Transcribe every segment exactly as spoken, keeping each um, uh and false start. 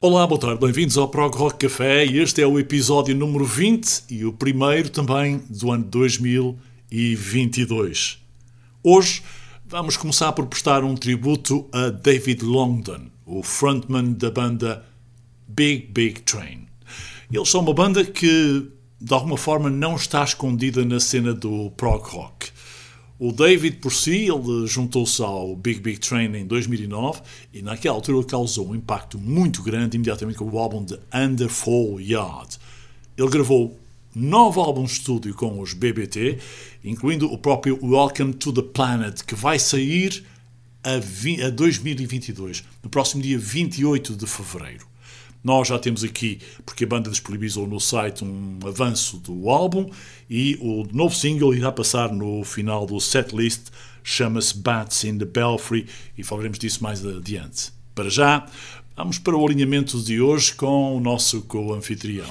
Olá, boa tarde, bem-vindos ao Prog Rock Café e este é o episódio número vinte e o primeiro também do ano dois mil e vinte e dois. Hoje vamos começar por prestar um tributo a David Longdon, o frontman da banda Big Big Train. Eles são uma banda que, de alguma forma, não está escondida na cena do prog rock. O David, por si, ele juntou-se ao Big Big Train em dois mil e nove e naquela altura ele causou um impacto muito grande imediatamente com o álbum de Under Full Yard. Ele gravou nove álbuns de estúdio com os B B T, incluindo o próprio Welcome to the Planet, que vai sair a, vi- a dois mil e vinte e dois, no próximo dia vinte e oito de fevereiro. Nós já temos aqui, porque a banda disponibilizou no site um avanço do álbum e o novo single irá passar no final do setlist, chama-se Bats in the Belfry e falaremos disso mais adiante. Para já, vamos para o alinhamento de hoje com o nosso co-anfitrião.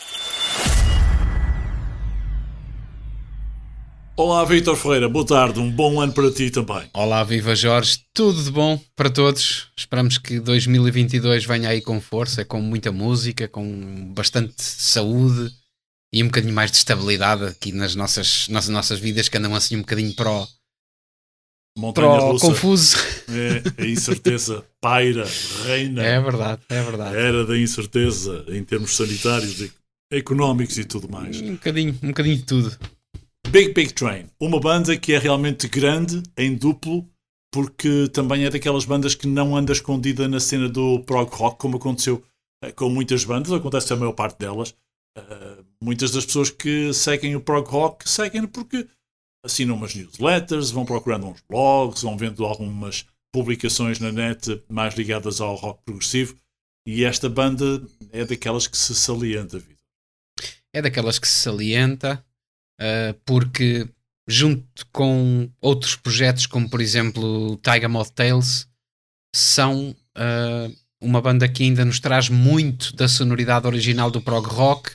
Olá, Vítor Ferreira, boa tarde, um bom ano para ti também. Olá, viva Jorge, tudo de bom para todos. Esperamos que dois mil e vinte e dois venha aí com força, com muita música, com bastante saúde e um bocadinho mais de estabilidade aqui nas nossas, nas nossas vidas, que andam assim um bocadinho para o, para o confuso. É, a incerteza paira, reina. É verdade, é verdade. Era da incerteza em termos sanitários, económicos e tudo mais. Um bocadinho, um bocadinho de tudo. Big Big Train, uma banda que é realmente grande em duplo, porque também é daquelas bandas que não anda escondida na cena do prog rock, como aconteceu com muitas bandas, acontece a maior parte delas. Uh, muitas das pessoas que seguem o prog rock seguem porque assinam umas newsletters, vão procurando uns blogs, vão vendo algumas publicações na net mais ligadas ao rock progressivo, e esta banda é daquelas que se salienta, Vitor. É daquelas que se salienta. Uh, porque junto com outros projetos como por exemplo Tiger Moth Tales são uh, uma banda que ainda nos traz muito da sonoridade original do prog rock,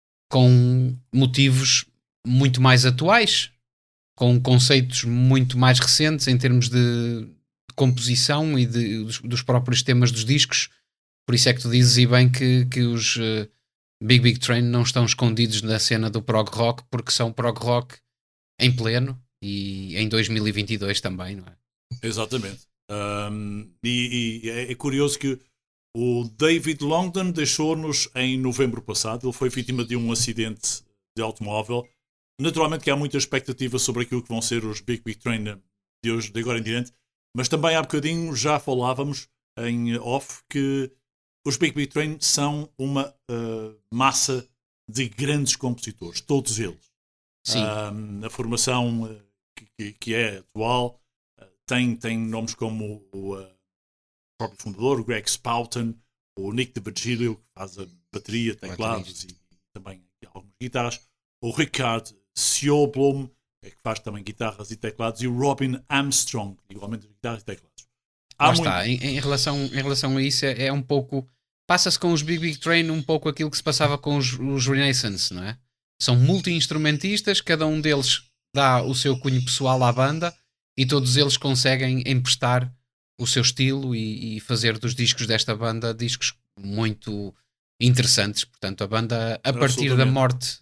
com motivos muito mais atuais, com conceitos muito mais recentes em termos de composição e de, dos, dos próprios temas dos discos. Por isso é que tu dizes e bem que, que os uh, Big Big Train não estão escondidos na cena do prog rock, porque são prog rock em pleno e em dois mil e vinte e dois também, não é? Exatamente. Um, e, e é curioso que o David Longdon deixou-nos em novembro passado. Ele foi vítima de um acidente de automóvel. Naturalmente que há muita expectativa sobre aquilo que vão ser os Big Big Train de hoje, de agora em diante, mas também há bocadinho já falávamos em off que os Big Big Train são uma uh, massa de grandes compositores, todos eles. Sim. Uh, a formação uh, que, que é atual uh, tem, tem nomes como o uh, próprio fundador, o Greg Spoughton, o Nick DeVirgilio, que faz a bateria, teclados e, e também algumas guitarras, o Richard Sjöblom, que faz também guitarras e teclados, e o Robin Armstrong, igualmente guitarras e teclados. Lá muito... está, em, em, relação, em relação a isso é, é um pouco, passa-se com os Big Big Train um pouco aquilo que se passava com os, os Renaissance, não é? São multi-instrumentistas, cada um deles dá o seu cunho pessoal à banda e todos eles conseguem emprestar o seu estilo e, e fazer dos discos desta banda discos muito interessantes. Portanto, a banda, a partir da morte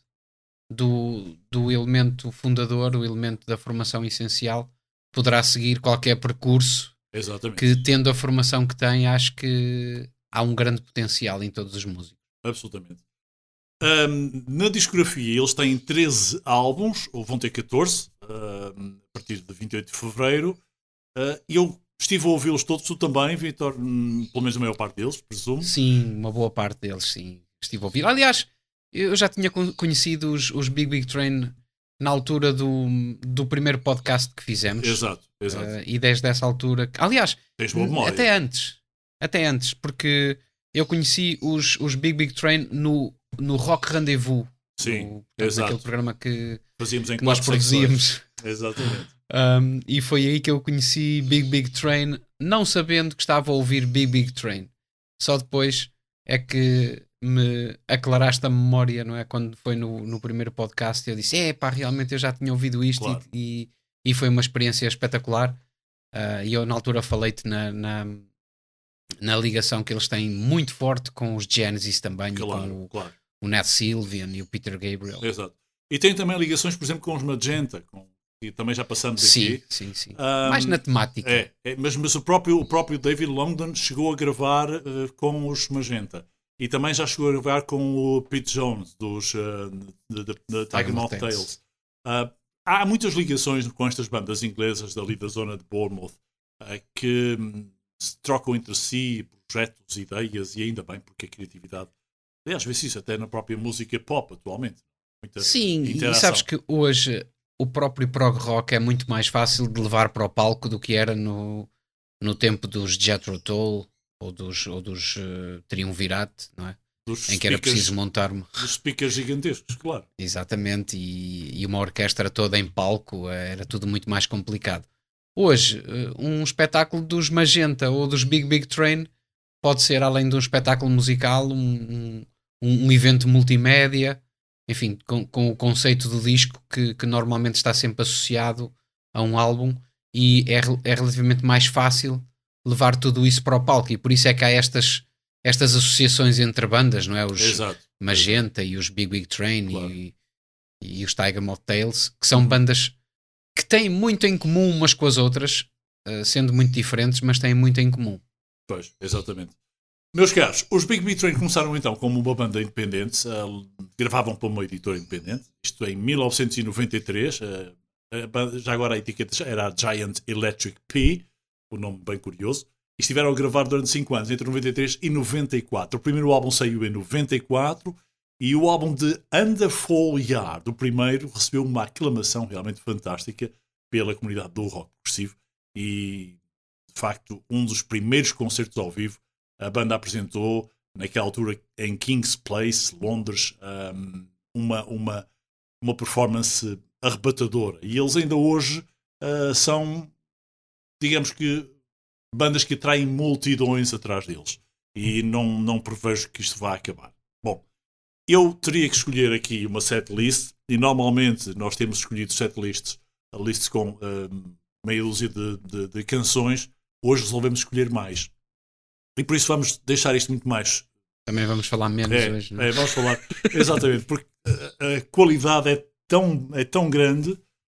do, do elemento fundador, o elemento da formação essencial, poderá seguir qualquer percurso. Exatamente. Que tendo a formação que tem, acho que há um grande potencial em todos os músicos. Absolutamente. Um, na discografia eles têm treze álbuns, ou vão ter catorze, um, a partir de vinte e oito de fevereiro. Uh, eu estive a ouvi-los todos, tu também, Vítor, um, pelo menos a maior parte deles, presumo. Sim, uma boa parte deles, sim. Estive a ouvir. Aliás, eu já tinha conhecido os, os Big Big Train na altura do, do primeiro podcast que fizemos. Exato, exato. Uh, e desde essa altura... Aliás, até antes. Até antes, porque eu conheci os, os Big Big Train no, no Rock Rendezvous. Sim, no, exato. Aquele programa que, Fazíamos em que nós produzíamos. Exatamente. Um, e foi aí que eu conheci Big Big Train, não sabendo que estava a ouvir Big Big Train. Só depois é que me aclaraste a memória, não é? Quando foi no, no primeiro podcast eu disse, é pá, realmente eu já tinha ouvido isto. Claro. e, e, e foi uma experiência espetacular. Uh, e eu na altura falei-te na, na, na ligação que eles têm muito forte com os Genesis também, Claro, e com o, claro. o Nat Sylvian e o Peter Gabriel. Exato. E tem também ligações, por exemplo, com os Magenta, com, e também já passamos Sim, aqui. sim, sim. Um, Mais na temática. É, é, mas, mas o, próprio, o próprio David Longdon chegou a gravar uh, com os Magenta. E também já chegou a gravar com o Pete Jones, dos uh, de, de, de Tiger Moth Tales. Uh, há muitas ligações com estas bandas inglesas dali da zona de Bournemouth uh, que um, se trocam entre si projetos, ideias, e ainda bem, porque a criatividade... Aliás, vê-se isso até na própria música pop atualmente. Muita Sim, interação. E sabes que hoje o próprio prog rock é muito mais fácil de levar para o palco do que era no, no tempo dos Jethro Tull ou dos, ou dos uh, Triumvirate, não é? Dos em que era preciso montar uma... dos speakers gigantescos, claro. Exatamente, e, e uma orquestra toda em palco, era tudo muito mais complicado. Hoje, um espetáculo dos Magenta ou dos Big Big Train pode ser, além de um espetáculo musical, um, um, um evento multimédia, enfim, com, com o conceito do disco que, que normalmente está sempre associado a um álbum, e é, é relativamente mais fácil levar tudo isso para o palco, e por isso é que há estas, estas associações entre bandas, não é? Os Exato. Magenta e os Big Big Train, claro. e, e os Tiger Moth Tales, que são uhum. bandas que têm muito em comum umas com as outras, uh, sendo muito diferentes, mas têm muito em comum. Pois, exatamente. Meus caros, os Big Big Train começaram então como uma banda independente, uh, gravavam para uma editora independente, isto em mil novecentos e noventa e três, uh, a banda, já agora a etiqueta já era a Giant Electric P, o nome bem curioso, e estiveram a gravar durante cinco anos, entre noventa e três e noventa e quatro. O primeiro álbum saiu em noventa e quatro, e o álbum de Under Full Yard, o primeiro, recebeu uma aclamação realmente fantástica pela comunidade do rock progressivo, e de facto um dos primeiros concertos ao vivo. A banda apresentou, naquela altura, em King's Place, Londres, um, uma, uma, uma performance arrebatadora. E eles ainda hoje uh, são, digamos que, bandas que atraem multidões atrás deles. E não, não prevejo que isto vá acabar. Bom, eu teria que escolher aqui uma setlist, e normalmente nós temos escolhido setlists, lists com um, meia dúzia de, de, de canções. Hoje resolvemos escolher mais. E por isso vamos deixar isto muito mais. Também vamos falar menos é, hoje, não é? É, vamos falar, exatamente, porque a, a qualidade é tão, é tão grande,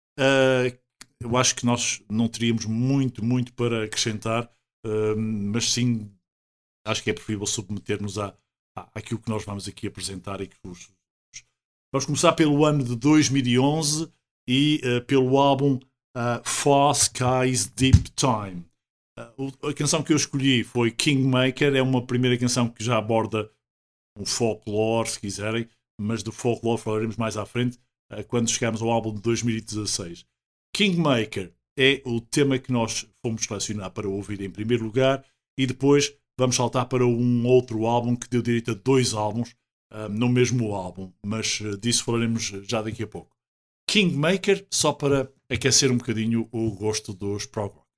uh, eu acho que nós não teríamos muito, muito para acrescentar, uh, mas sim, acho que é preferível submeter-nos a, a, àquilo que nós vamos aqui apresentar. E que os, os... Vamos começar pelo ano de dois mil e onze e uh, pelo álbum uh, Far Skies Deep Time. A canção que eu escolhi foi Kingmaker, é uma primeira canção que já aborda um folclore, se quiserem, mas do folclore falaremos mais à frente, quando chegarmos ao álbum de dois mil e dezasseis. Kingmaker é o tema que nós fomos selecionar para ouvir em primeiro lugar, e depois vamos saltar para um outro álbum que deu direito a dois álbuns uh, no mesmo álbum, mas uh, disso falaremos já daqui a pouco. Kingmaker, só para aquecer um bocadinho o gosto dos prog rockers.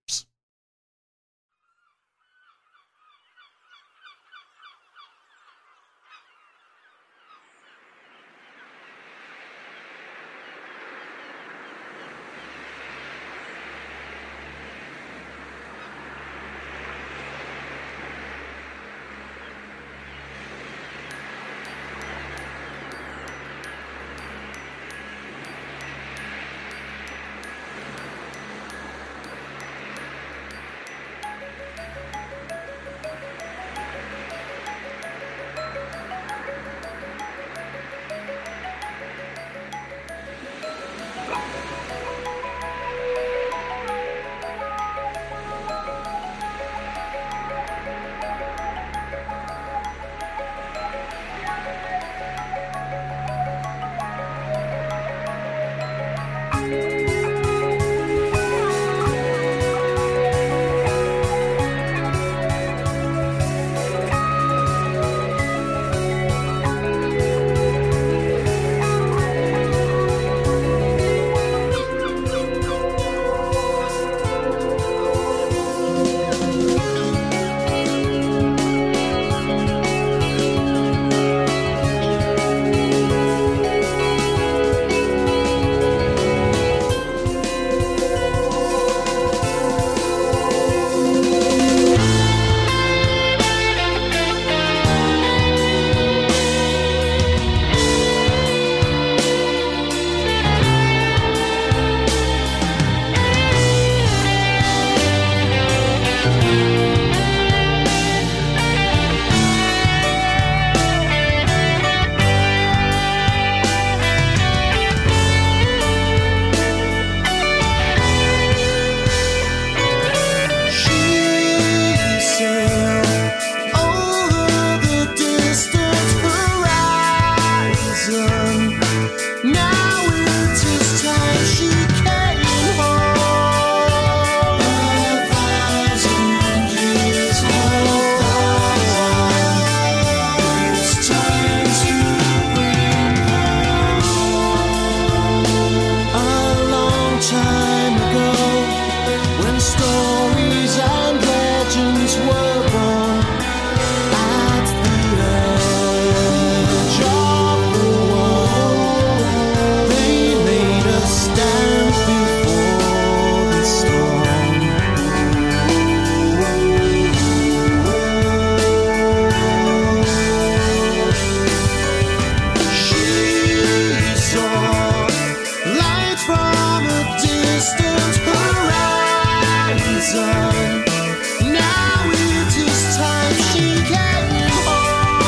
sun. Now it is time she came home.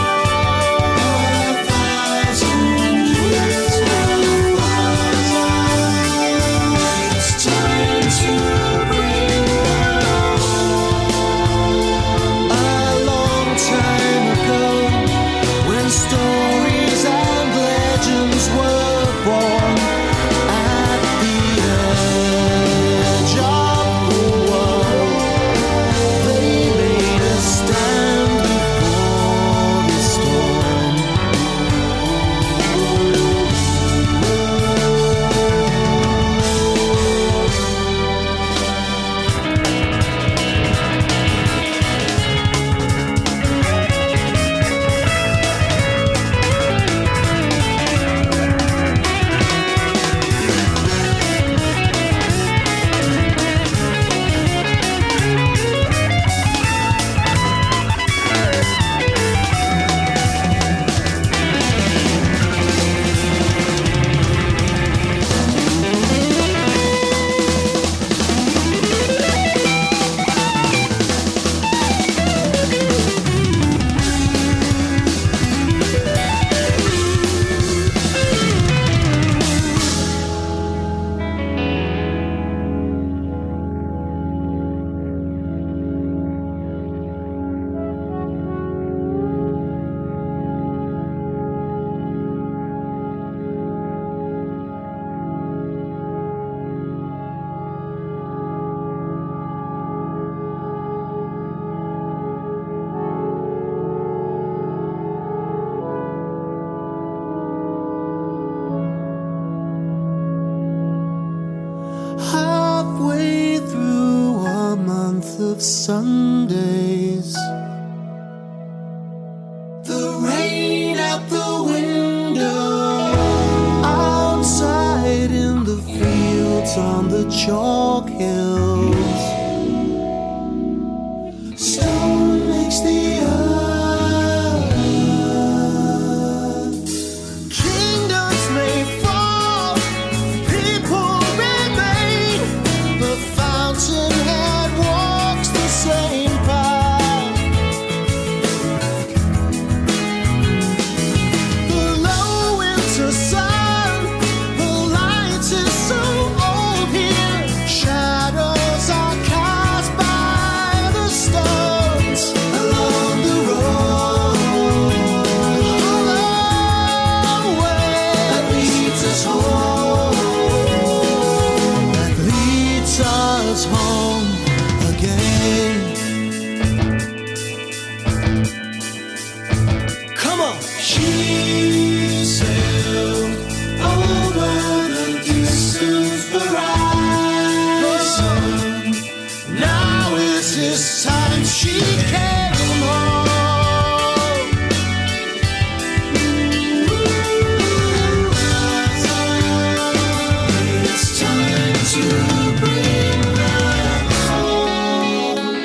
A thousand years have passed. It's time to bring her home. A long time ago, when stories and legends were born, at the edge of the world, they made a stand before the storm. Halfway through a month of Sundays, the rain out the window, outside in the fields on the chalk hills, stone makes the earth. Kingdoms may fall, people remain. The fountainhead walks the same path. The low winter sun, the light is so old here. Shadows are cast by the stones along the road. Hollow way that leads us home, that leads us home again. Come on. She sailed over the distant horizon. Now it is time she came home. It's time to bring her home.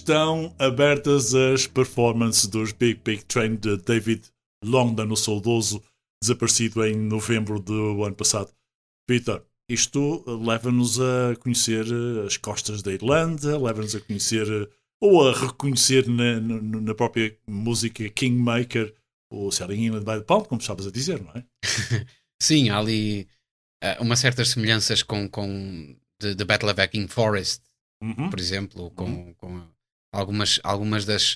estão abertas as performances dos Big Big Train de David Longden, o saudoso, desaparecido em novembro do ano passado. Peter, isto leva-nos a conhecer as costas da Irlanda, leva-nos a conhecer ou a reconhecer na, na, na própria música Kingmaker o Sailing Inland by the Pound, como estavas a dizer, não é? Sim, há ali uh, umas certas semelhanças com, com the, the Battle of Hacking Forest, uhum. por exemplo, com, uhum. com algumas, algumas das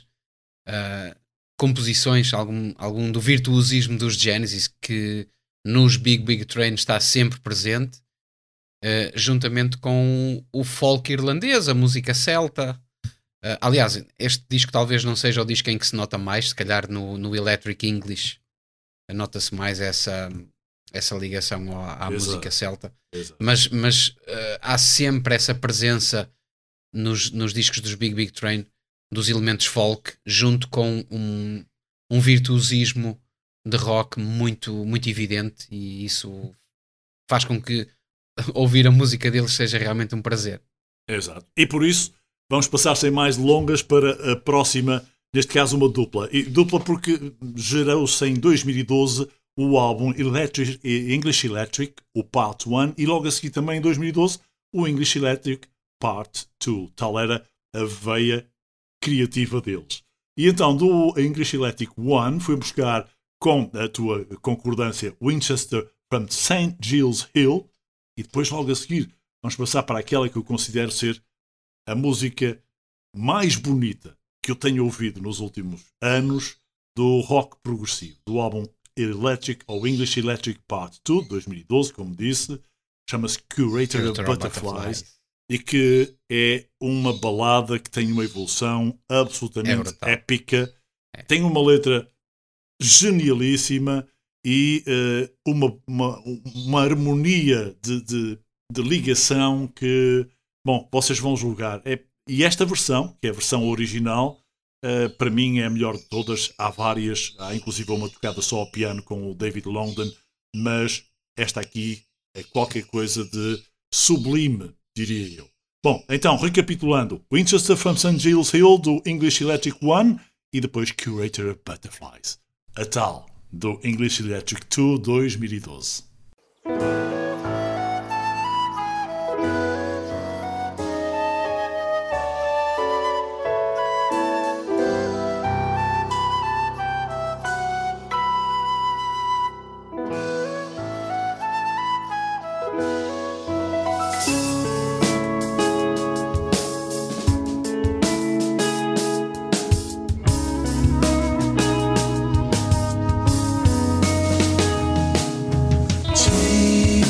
uh, composições, algum, algum do virtuosismo dos Genesis que nos Big Big Train está sempre presente, uh, juntamente com o folk irlandês, a música celta. Uh, aliás, este disco talvez não seja o disco em que se nota mais, se calhar no, no Electric English nota-se mais essa, essa ligação à, à música celta. Exato. Mas, mas uh, há sempre essa presença nos, nos discos dos Big Big Train dos elementos folk, junto com um, um virtuosismo de rock muito, muito evidente, e isso faz com que ouvir a música deles seja realmente um prazer. Exato. E por isso vamos passar sem mais delongas para a próxima, neste caso uma dupla. E dupla porque gerou-se em dois mil e doze o álbum Electric, English Electric, o Part um, e logo a seguir também em dois mil e doze o English Electric Part dois. Tal era a veia criativa deles. E então do English Electric um fui buscar, com a tua concordância, Winchester from Saint Giles Hill, e depois logo a seguir vamos passar para aquela que eu considero ser a música mais bonita que eu tenho ouvido nos últimos anos do rock progressivo, do álbum Electric, ou English Electric Part dois, dois mil e doze, como disse, chama-se Curator, Curator of Butterflies, Butterflies, e que é uma balada que tem uma evolução absolutamente é épica, é. Tem uma letra genialíssima e uh, uma, uma, uma harmonia de, de, de ligação que, bom, vocês vão julgar. É, e esta versão, que é a versão original, uh, para mim é a melhor de todas. Há várias, há inclusive uma tocada só ao piano com o David Longden, mas esta aqui é qualquer coisa de sublime, diria eu. Bom, então, recapitulando, Winchester from Saint Giles Hill, do English Electric um, e depois Curator of Butterflies, a tal do English Electric dois, dois mil e doze. Take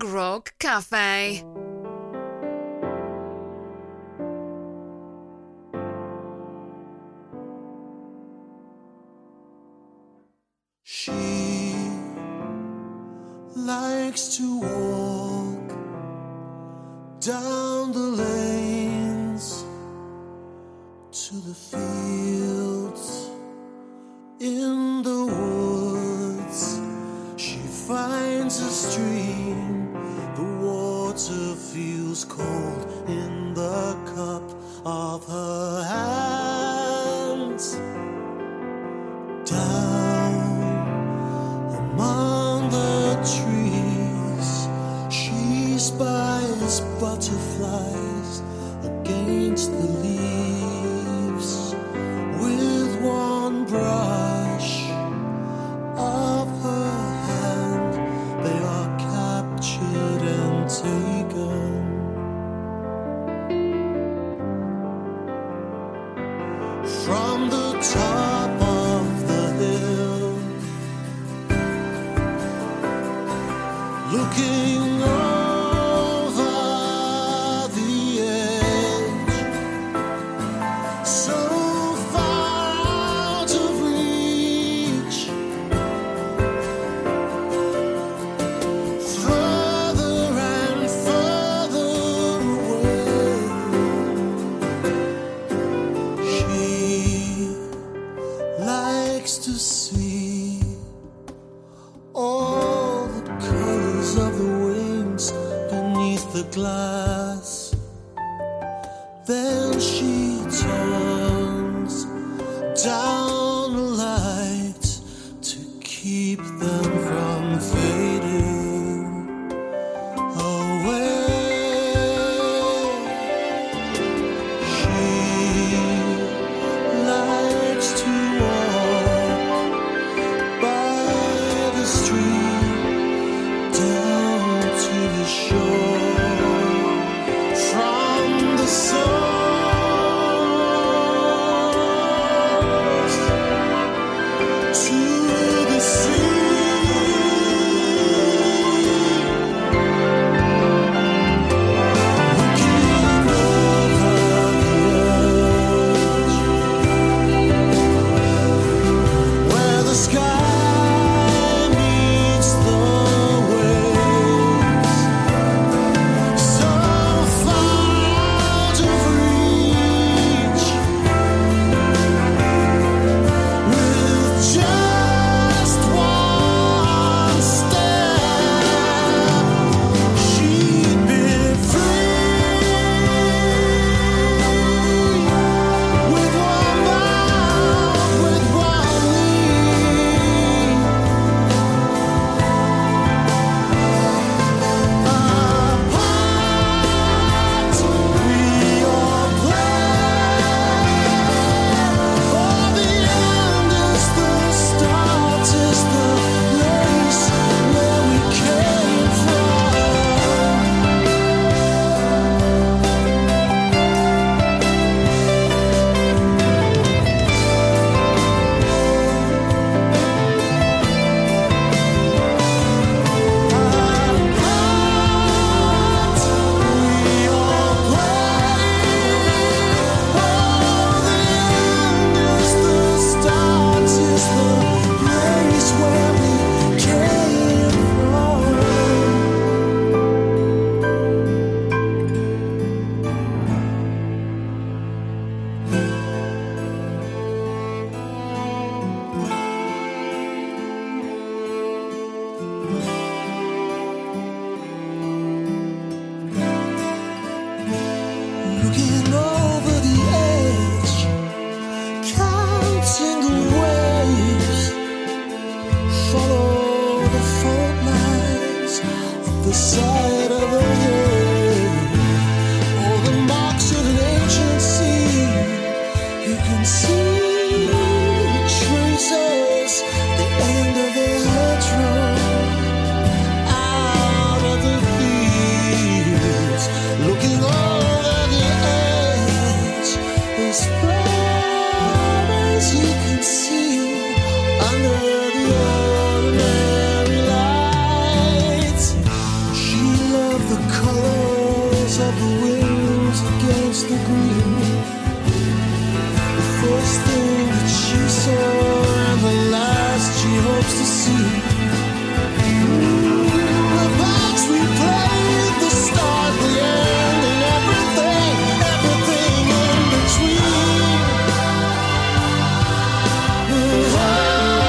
Rock Cafe. She likes to walk down the lanes to the fields in the woods. She finds a stream, the water feels cold in the cup of her hands. Down among the trees, she spies butterflies against the leaves. With one brush of her hand, they are captured and taken. From the top of the hill, looking over the edge, so far out of reach, further and further away. She likes to see all the colors of the wings beneath the glass. Then she turns down the light to keep them from fading away. She likes to walk by the stream down to the shore. From the source to the sea. Looking over the edge, where the sky meets the waves, so far out of reach, with just one step, she'd be free. With one mouth, with one leap, apart we all play. For the end is the start, is the place where we came from. Apart we all play. For the end is the start, is the place where we came from. Looking over the edge, counting the waves, follow the fault lines of the side of the hill. All the marks of an ancient sea, you can see the traces, the end of the hedgerow, out of the fields, looking over the edge, as far as you can see, under the ordinary lights. She nose against the green. The first thing that she saw and the last she hopes to see. The parts we played, the start, the end, and everything, everything in between. Oh.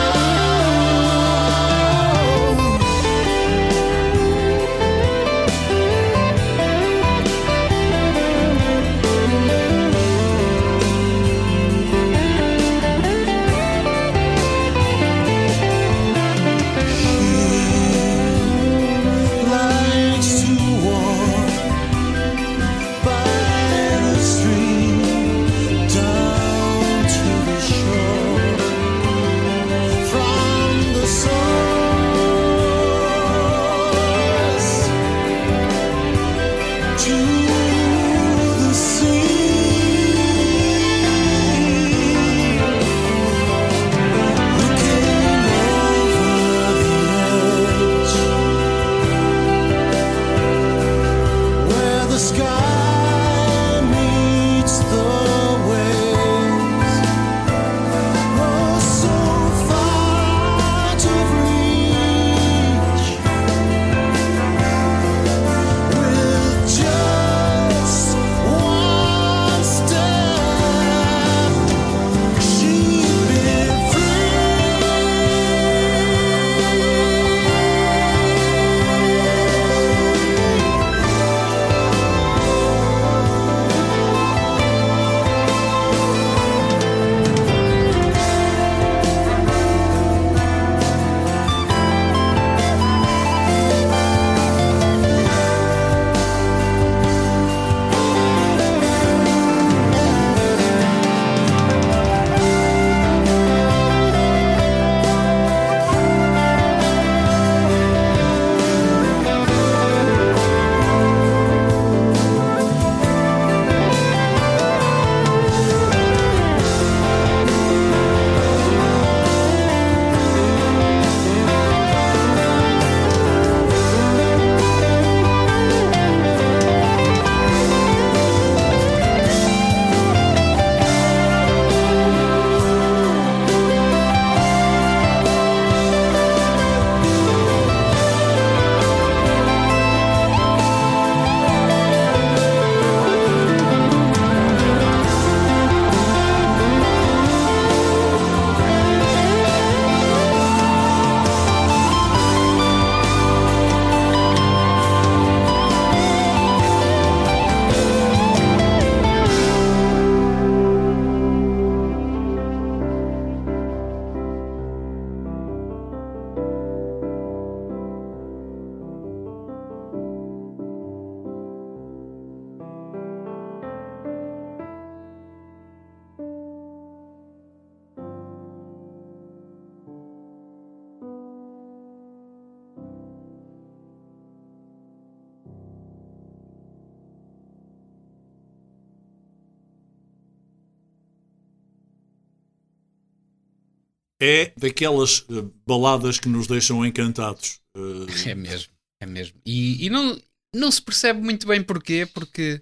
É daquelas uh, baladas que nos deixam encantados. Uh... É mesmo, é mesmo. E, e não, não se percebe muito bem porquê, porque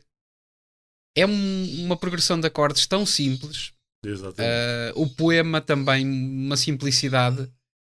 é um, uma progressão de acordes tão simples. Uh, o poema também, uma simplicidade,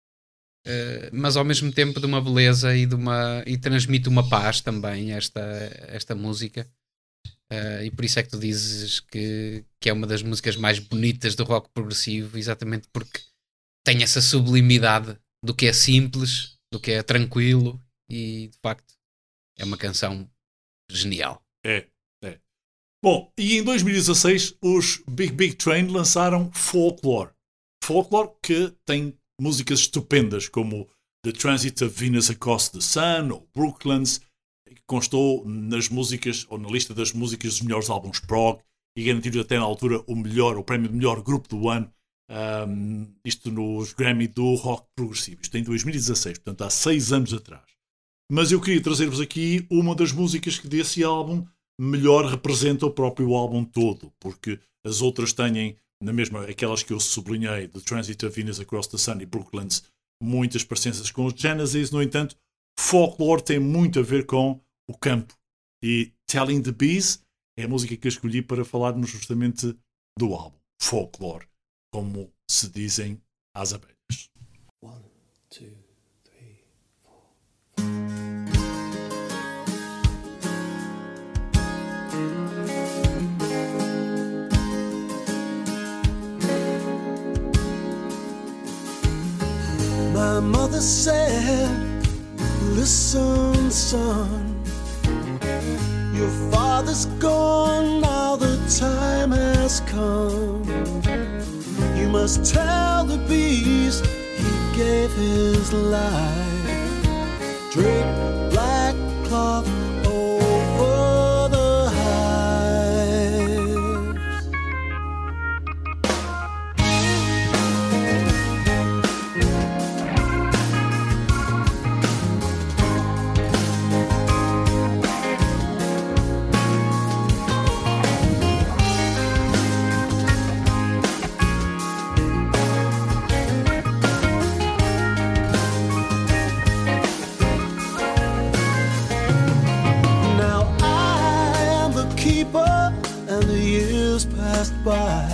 uh, mas ao mesmo tempo de uma beleza e, de uma, e transmite uma paz também, esta, esta música. Uh, e por isso é que tu dizes que, que é uma das músicas mais bonitas do rock progressivo, exatamente porque tem essa sublimidade do que é simples, do que é tranquilo, e de facto é uma canção genial. É, é. Bom, e em dois mil e dezasseis os Big Big Train lançaram Folklore. Folklore que tem músicas estupendas como The Transit of Venus Across the Sun ou Brooklands, que constou nas músicas, ou na lista das músicas dos melhores álbuns prog, e garantiu até na altura o melhor, o prémio de melhor grupo do ano, um, isto nos Grammy do rock progressivo. Isto em dois mil e dezasseis, portanto há seis anos atrás. Mas eu queria trazer-vos aqui uma das músicas que desse álbum melhor representa o próprio álbum todo, porque as outras têm, na mesma, aquelas que eu sublinhei, The Transit of Venus Across the Sun e Brooklands, muitas parecenças com os Genesis. No entanto, Folklore tem muito a ver com o campo. E Telling the Bees é a música que eu escolhi para falarmos justamente do álbum Folklore, como se dizem às abelhas. One, two, three, four. My mother said, listen, son, your father's gone, now the time has come. You must tell the bees he gave his life. Drape black cloth over the hives. By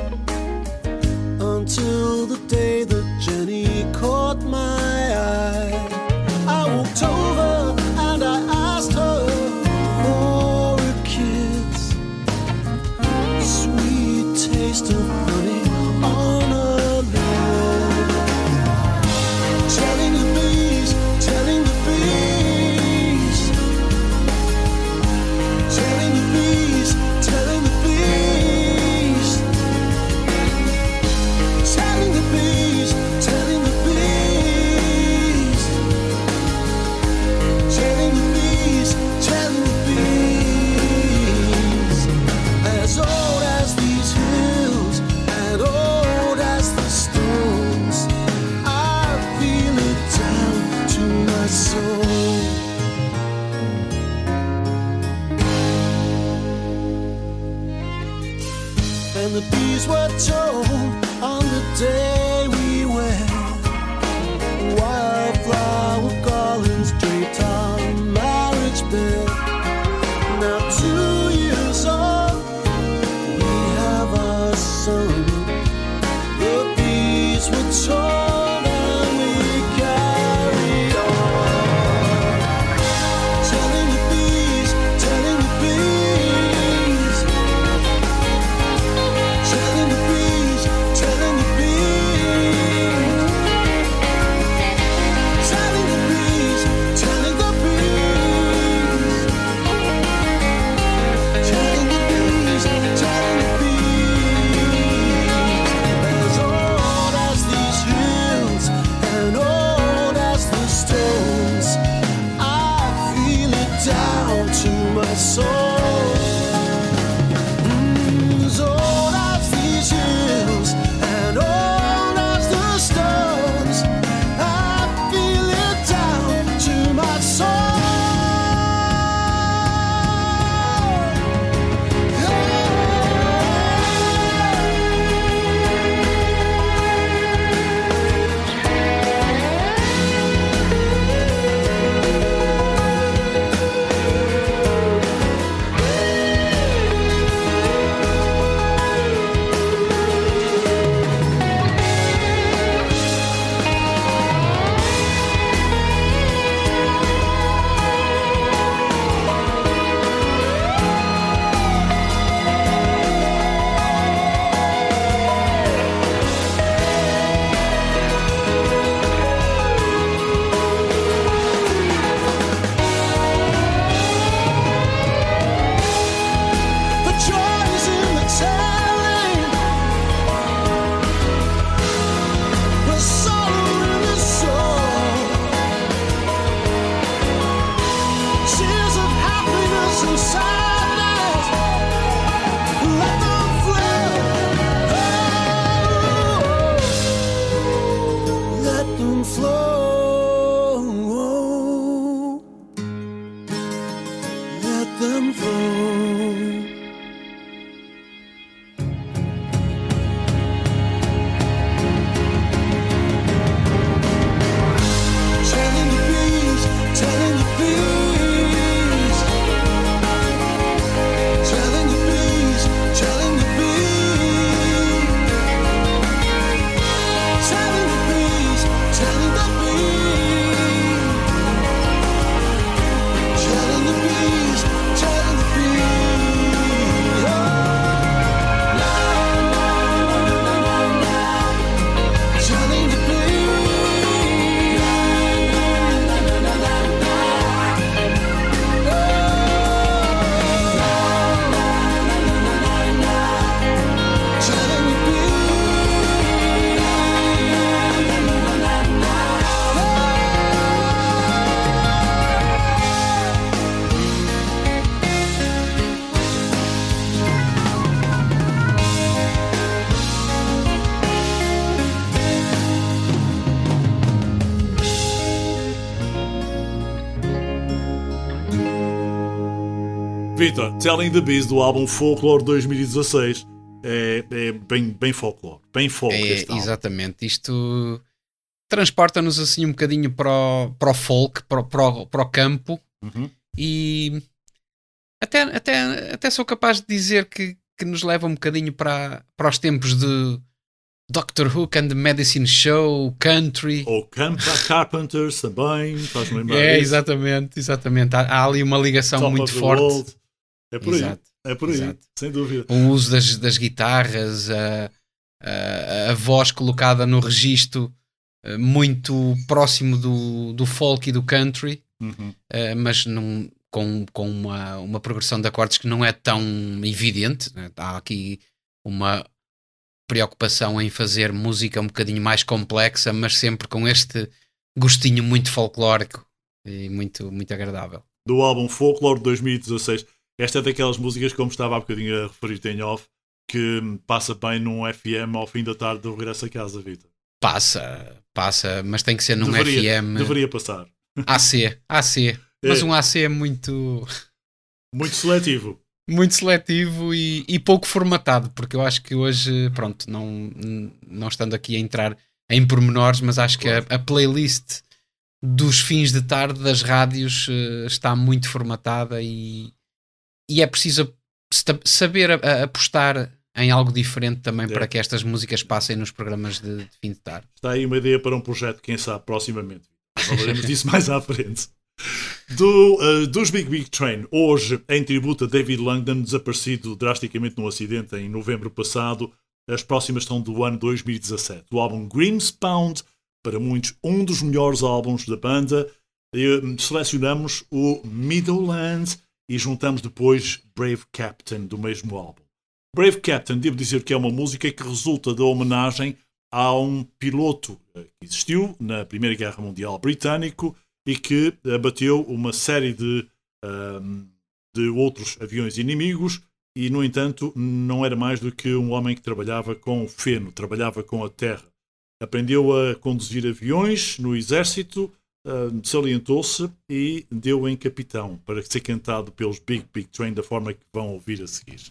until the day that Jenny caught my eye. I walked over and I asked her for a kiss. Sweet taste of honey on her lips. Telling the bees, telling the bees, telling the bees, telling the bees. Telling the bees, telling the bees, telling the bees, telling the bees. As old as these hills and old as the stones, I feel it down to my soul. And the bees were told on the day we wed, wildflower garlands draped our marriage bed. Now two years old, we have our son. The bees were told and we carried on. Telling the bees, telling the bees, telling the bees, telling the bees. Vitor, Telling the Bees do álbum Folklore dois mil e dezasseis é, é bem, bem folclore, bem folk É, este álbum. exatamente. Isto transporta-nos assim um bocadinho para o, para o folk, para o, para o, para o campo, Uhum. e até, até, até sou capaz de dizer que, que nos leva um bocadinho para, para os tempos de Doctor Who and the Medicine Show, Country. Ou Camp Carpenters também, faz-me lembrar É, disso. exatamente, exatamente. Há, há ali uma ligação Top muito of the forte. World. É por aí, Exato, é por aí, exato. sem dúvida. O uso das, das guitarras, a, a, a voz colocada no registro eh, muito próximo do, do folk e do country, Uhum. eh, mas num, com, com uma, uma progressão de acordes que não é tão evidente, né? Há aqui uma preocupação em fazer música um bocadinho mais complexa, mas sempre com este gostinho muito folclórico e muito, muito agradável. Do álbum Folklore dois mil e dezasseis. Esta é daquelas músicas, como estava há bocadinho a referir-te em off, que passa bem num F M ao fim da tarde do regresso a casa, Vitor. Passa, passa, mas tem que ser num Deveria, F M deveria passar. A C, A C, mas É. um A C é muito, Muito seletivo. muito seletivo e, e pouco formatado, porque eu acho que hoje, pronto, não, não estando aqui a entrar em pormenores, mas acho que a, a playlist dos fins de tarde das rádios eh, está muito formatada e, e é preciso sta- saber a- a- apostar em algo diferente também É. para que estas músicas passem nos programas de, de fim de tarde. Está aí uma ideia para um projeto, quem sabe, proximamente. Falaremos disso mais à frente. Do, uh, dos Big Big Train, hoje, em tributo a David Langdon, desaparecido drasticamente num acidente em novembro passado. As próximas estão do ano dois mil e dezassete. O álbum Grimspound, para muitos, um dos melhores álbuns da banda. Uh, selecionamos o Middleland e juntamos depois Brave Captain, do mesmo álbum. Brave Captain, devo dizer que é uma música que resulta da homenagem a um piloto que existiu na Primeira Guerra Mundial britânico e que abateu uma série de, um, de outros aviões inimigos e, no entanto, não era mais do que um homem que trabalhava com feno, trabalhava com a terra. Aprendeu a conduzir aviões no exército, uh, salientou-se e deu em capitão para ser cantado pelos Big Big Train da forma que vão ouvir a seguir.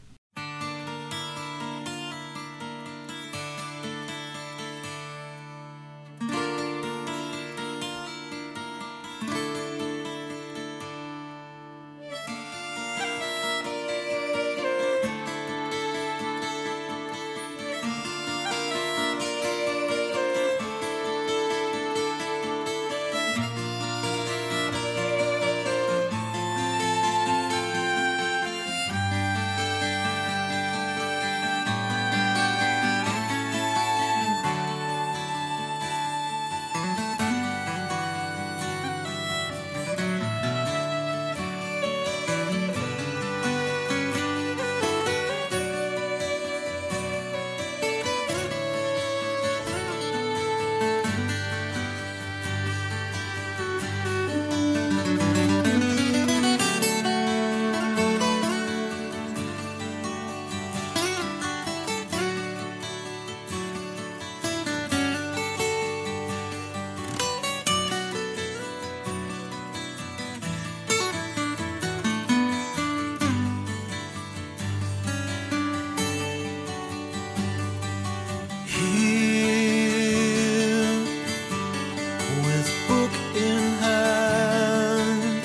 Here, with book in hand,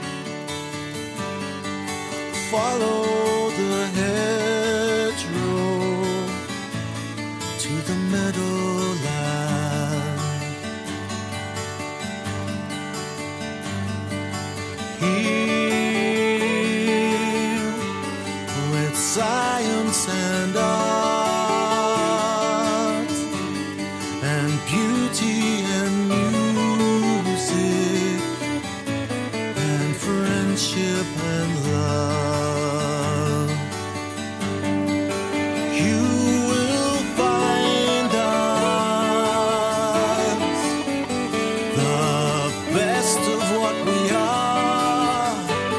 follow the hedgerow to the meadowland. Here, with science and art, and beauty and music, and friendship and love. You will find us the best of what we are,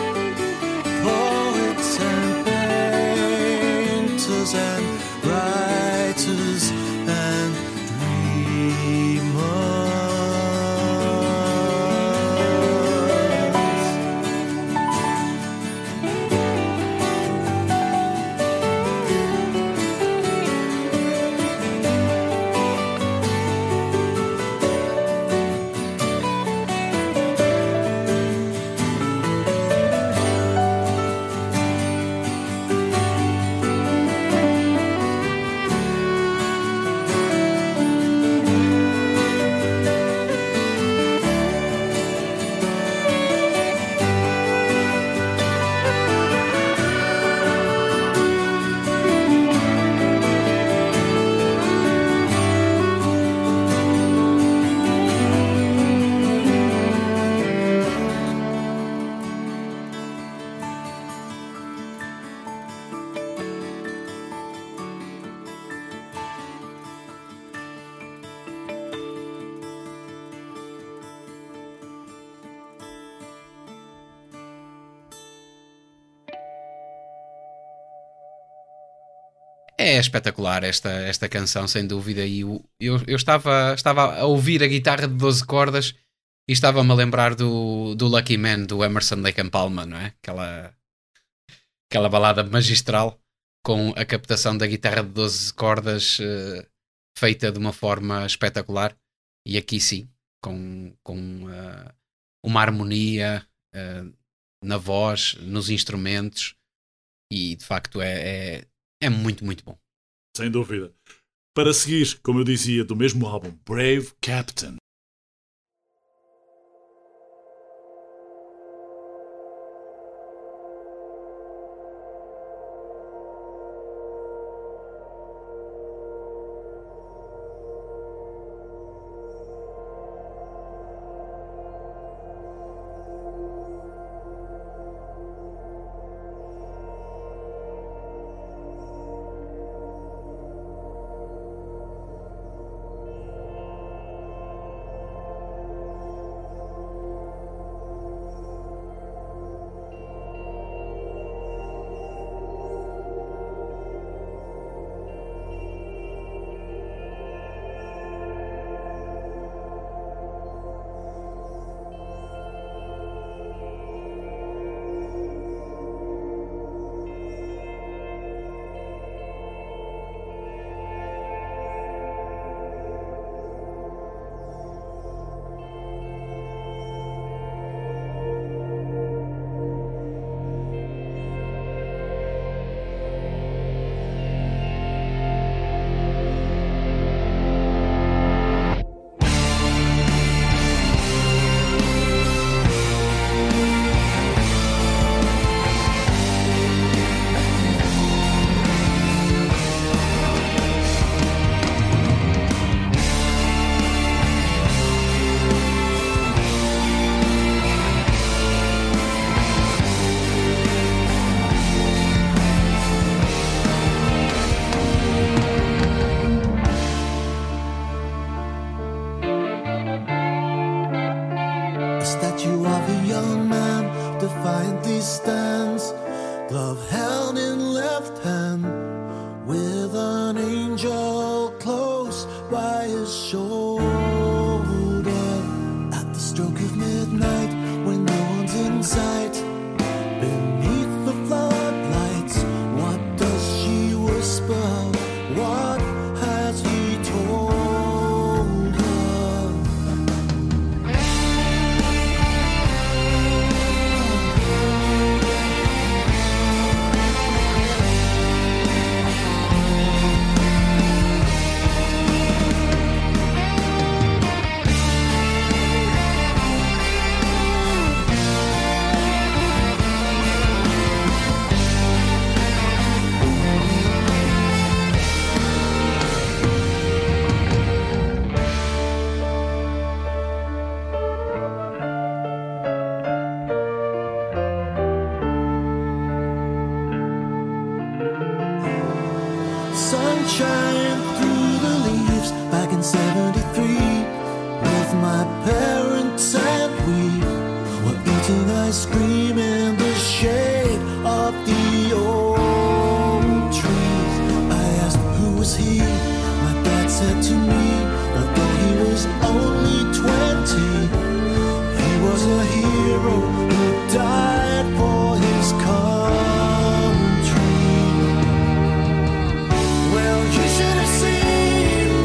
poets and painters and writers and dreamers. É espetacular esta, esta canção, sem dúvida. E eu, eu, eu estava, estava a ouvir a guitarra de doze cordas e estava-me a lembrar do, do Lucky Man, do Emerson Lake and Palmer, não é? Aquela, aquela balada magistral com a captação da guitarra de doze cordas uh, feita de uma forma espetacular. E aqui sim, com, com uh, uma harmonia uh, na voz, nos instrumentos. E de facto é... é É muito, muito bom. Sem dúvida. Para seguir, como eu dizia, do mesmo álbum, Brave Captain. defiantly stands, glove held in left hand, with an angel close by his shoulder. At the stroke of midnight, when no one's in sight, beneath the floodlights, what does she whisper? What has he told her? Sunshine through the leaves back in seventy-three, with my parents and we were eating ice cream in the shade of the old trees. I asked who was he, my dad said to me, although he was only twenty, he was a hero who died for his country. Well, you should have seen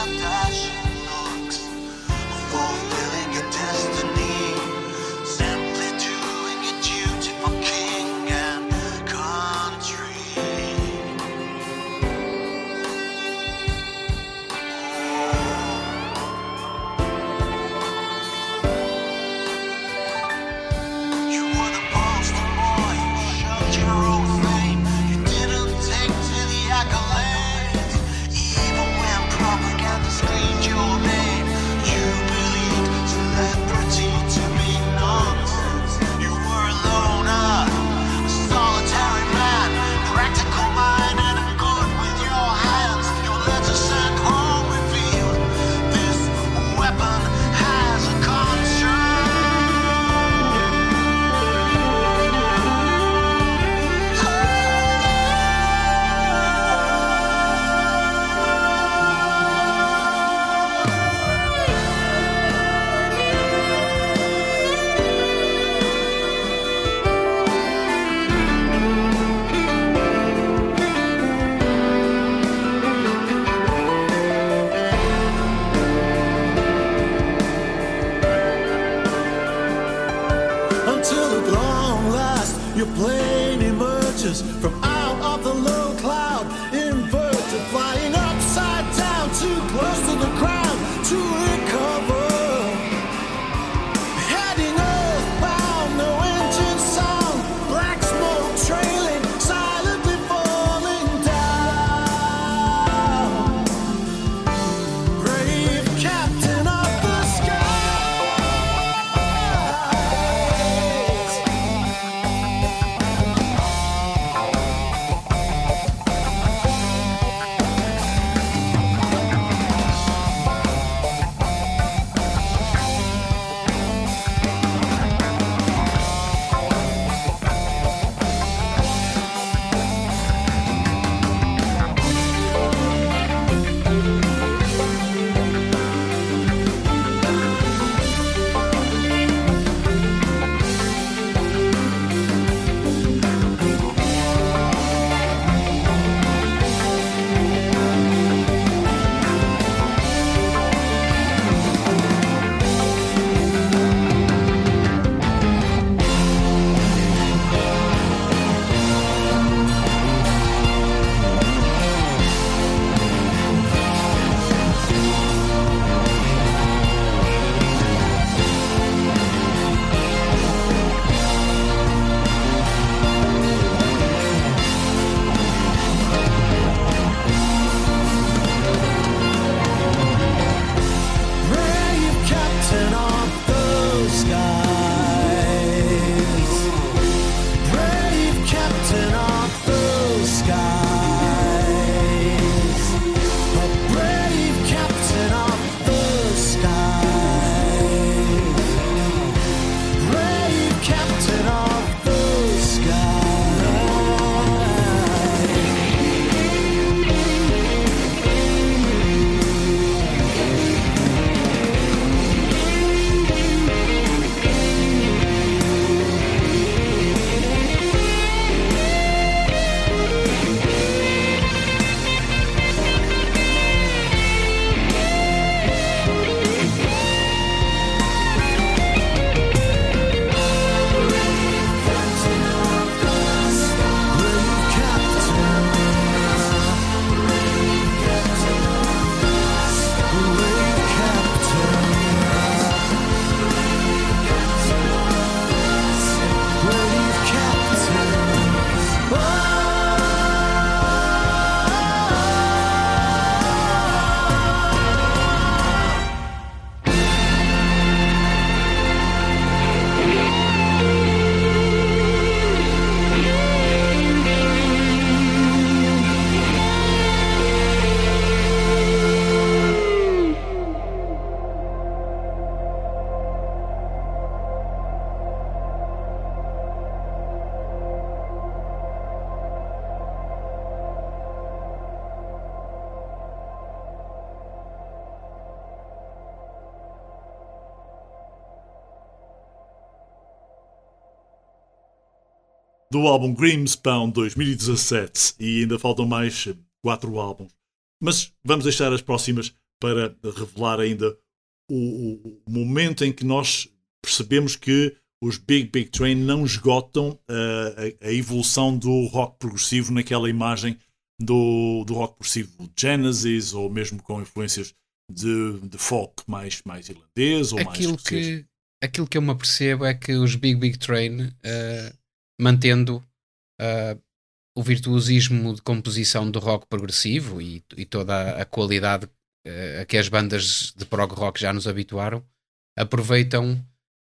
and dashing looks, fulfilling your destiny, simply doing your duty for king and country. You were the poster boy, you showed your own fame. You didn't take to the accolades, even when propaganda screamed your name. You believed celebrity to be nonsense. You were a loner, a solitary man, practical minded and good with your hands. Your letter sent home revealed this weapon has a conscience. Until at long last your plane emerges from out of the low cloud, inverted, flying upside down, too close to the ground to recover. Heading earthbound, no engine sound, black smoke trailing, silently falling down. Brave captain of the skies. Brave captain of the skies. Brave captain of the skies. A brave captain of the skies. Brave captain of the skies. Do álbum Grimmspawn dois mil e dezassete, e ainda faltam mais quatro álbuns. Mas vamos deixar as próximas para revelar ainda o, o momento em que nós percebemos que os Big Big Train não esgotam uh, a, a evolução do rock progressivo naquela imagem do, do rock progressivo Genesis, ou mesmo com influências de, de folk mais, mais irlandês ou aquilo mais escocês. que Aquilo que eu me apercebo é que os Big Big Train, uh, mantendo uh, o virtuosismo de composição do rock progressivo e, e toda a, a qualidade uh, a que as bandas de prog rock já nos habituaram, aproveitam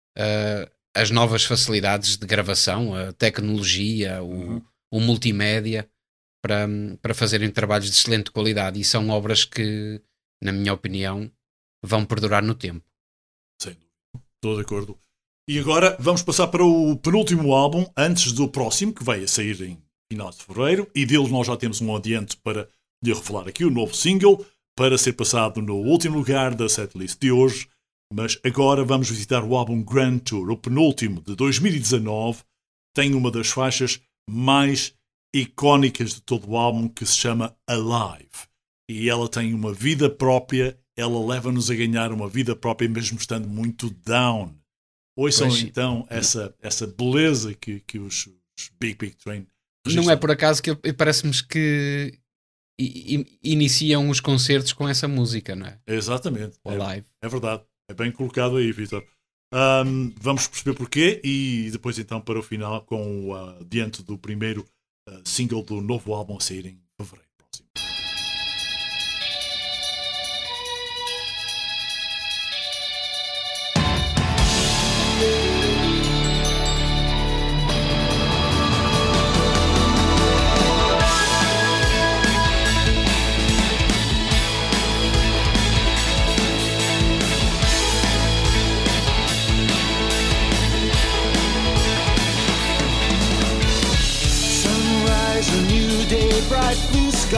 uh, as novas facilidades de gravação, a tecnologia, Uhum. o, o multimédia, para, para fazerem trabalhos de excelente qualidade, e são obras que, na minha opinião, vão perdurar no tempo. Sim, estou de acordo. E agora vamos passar para o penúltimo álbum, antes do próximo, que vai a sair em final de fevereiro, e deles nós já temos um adianto para lhe revelar aqui o novo single, para ser passado no último lugar da setlist de hoje. Mas agora vamos visitar o álbum Grand Tour, o penúltimo de dois mil e dezanove. Tem uma das faixas mais icónicas de todo o álbum, que se chama Alive. E ela tem uma vida própria, ela leva-nos a ganhar uma vida própria mesmo estando muito down. Ouçam Pois, então essa, essa beleza que, que os, os Big Big Train Não registram. é por acaso que ele- parece-me que i- i- iniciam os concertos com essa música, não é? Exatamente. O É, Alive. é verdade. É bem colocado aí, Vitor. Ahm, vamos perceber porquê e depois então para o final com o uh, adianto do primeiro uh, single do novo álbum a sair em fevereiro próximo. Sunrise, a new day, bright blue sky.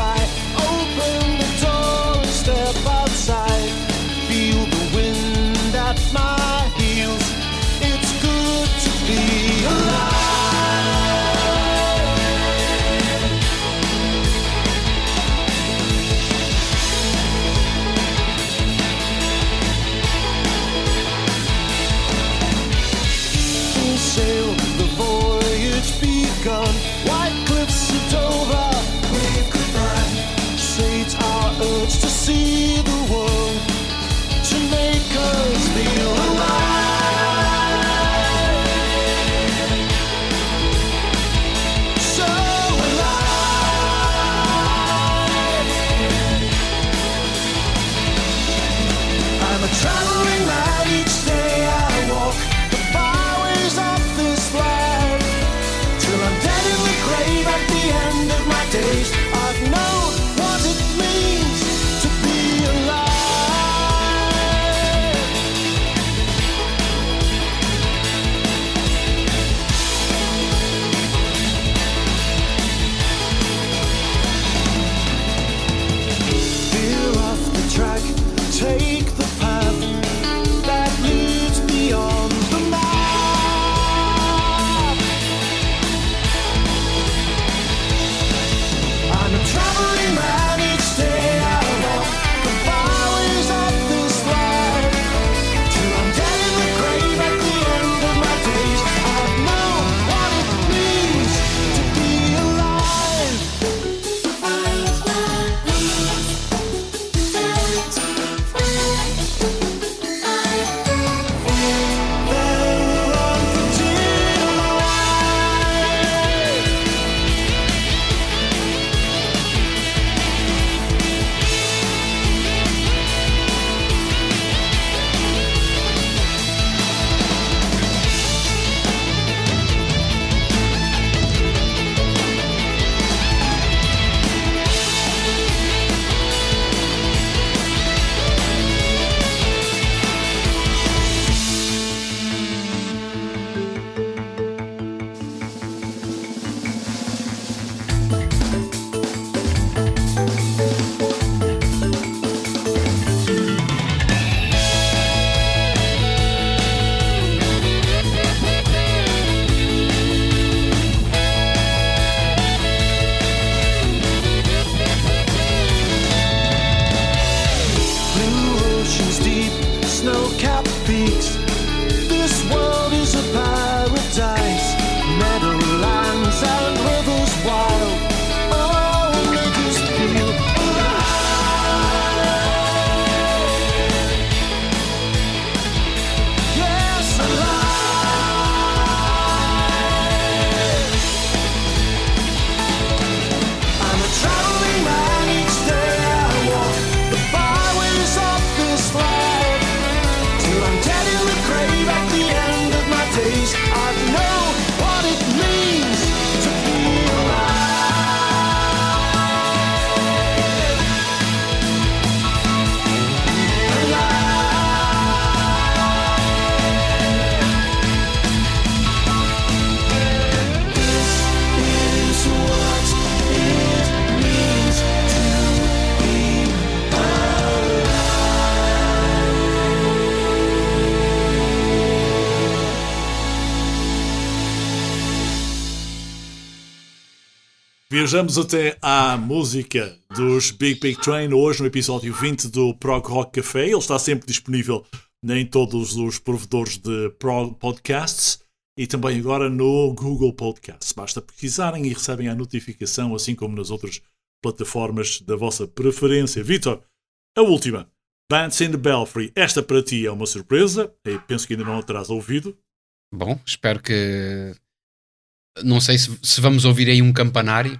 Viajamos até à música dos Big Big Train, hoje no episódio vinte do Prog Rock Café. Ele está sempre disponível em todos os provedores de prog podcasts e também agora no Google Podcasts. Basta pesquisarem e recebem a notificação, assim como nas outras plataformas da vossa preferência. Vítor, a última, Bats in the Belfry. Esta para ti é uma surpresa, eu penso que ainda não a terás ouvido. Bom, espero que... Não sei se, se vamos ouvir aí um campanário.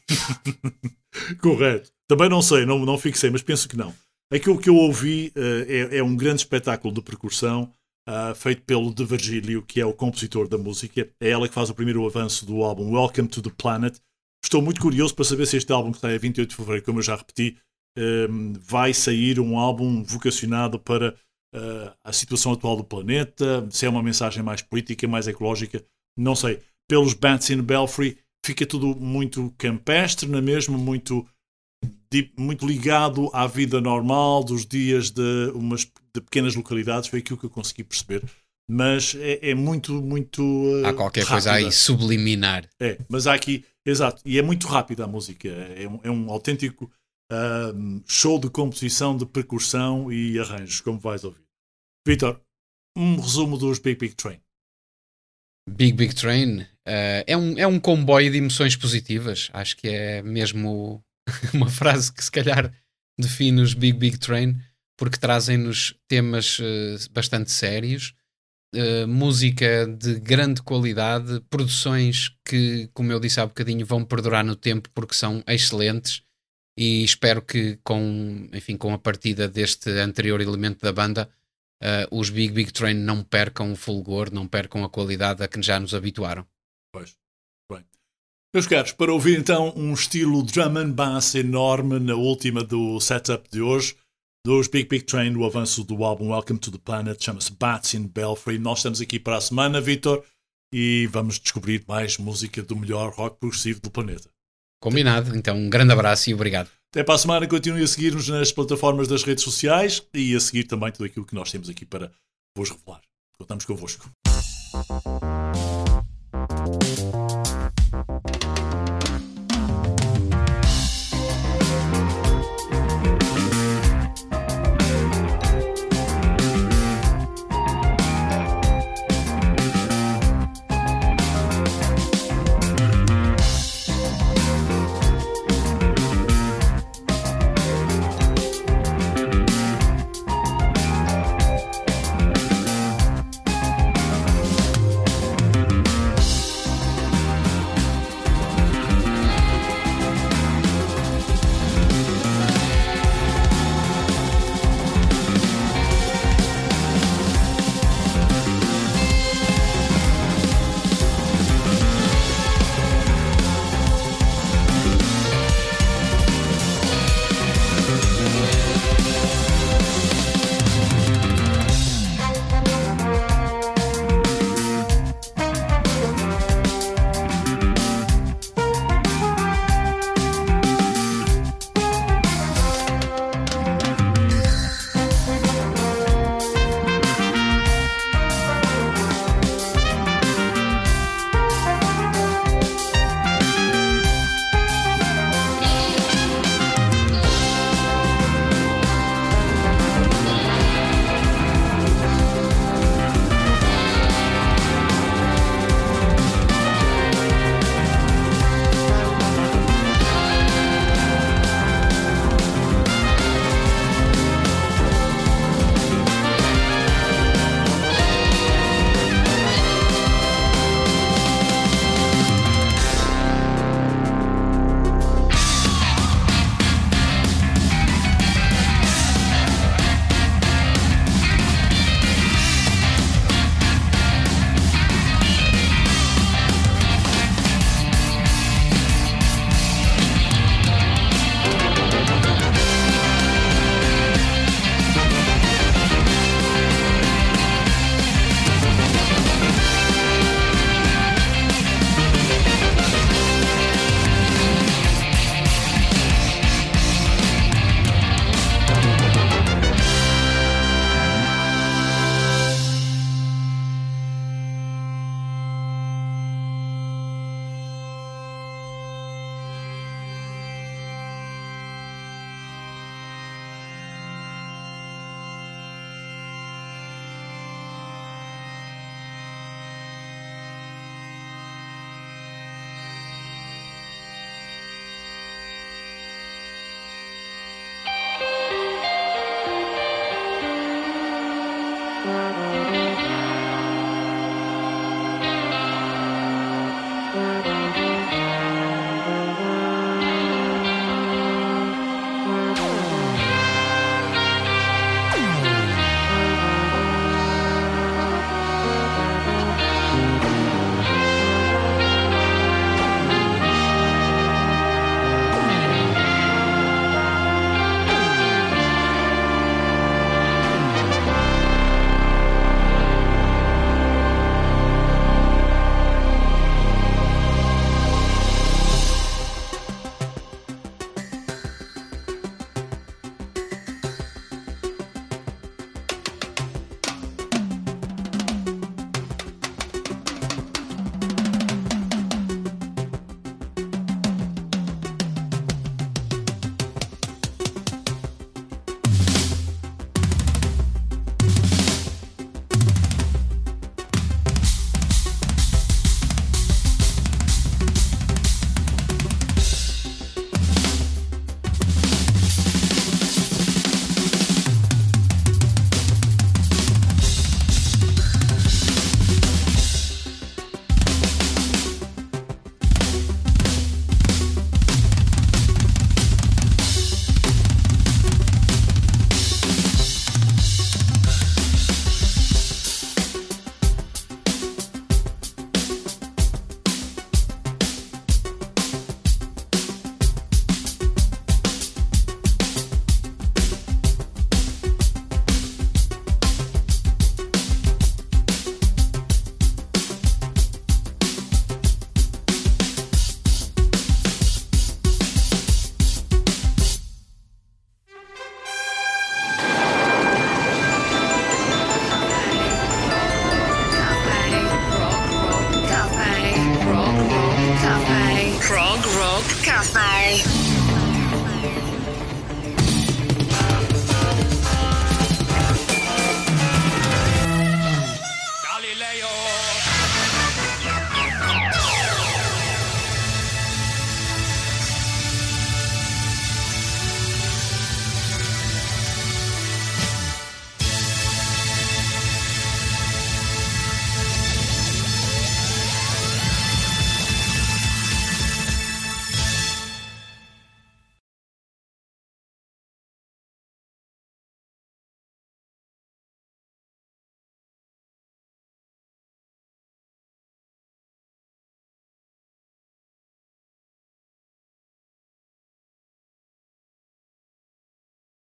Correto. Também não sei, não, não fixei, mas penso que não. Aquilo que eu ouvi uh, é, é um grande espetáculo de percussão uh, feito pelo De Virgilio, que é o compositor da música. É ela que faz o primeiro avanço do álbum Welcome to the Planet. Estou muito curioso para saber se este álbum, que sai a vinte e oito de fevereiro, como eu já repeti, um, vai sair um álbum vocacionado para uh, a situação atual do planeta, se é uma mensagem mais política, mais ecológica, não sei. Pelos Bats in the Belfry fica tudo muito campestre, não é mesmo? Muito... muito ligado à vida normal dos dias de umas de pequenas localidades, foi aquilo que eu consegui perceber, mas é, é muito, muito uh, há qualquer rápida. coisa aí subliminar. É, mas há aqui, exato, e é muito rápida a música, é um, é um autêntico uh, show de composição, de percussão e arranjos, como vais ouvir. Vítor, um resumo dos Big Big Train. Big Big Train uh, é, um, é um comboio de emoções positivas, acho que é mesmo uma frase que se calhar define os Big Big Train, porque trazem-nos temas uh, bastante sérios, uh, música de grande qualidade, produções que, como eu disse há bocadinho, vão perdurar no tempo porque são excelentes, e espero que com, enfim, com a partida deste anterior elemento da banda, uh, os Big Big Train não percam o fulgor, não percam a qualidade a que já nos habituaram. Pois, bem. Meus caros, para ouvir então um estilo drum and bass enorme na última do setup de hoje, dos Big Big Train, o avanço do álbum Welcome to the Planet, chama-se Bats in Belfry. Nós estamos aqui para a semana, Vítor, e vamos descobrir mais música do melhor rock progressivo do planeta. Combinado, então um grande abraço e obrigado. Até para a semana, continue a seguir-nos nas plataformas das redes sociais e a seguir também tudo aquilo que nós temos aqui para vos revelar. Contamos convosco.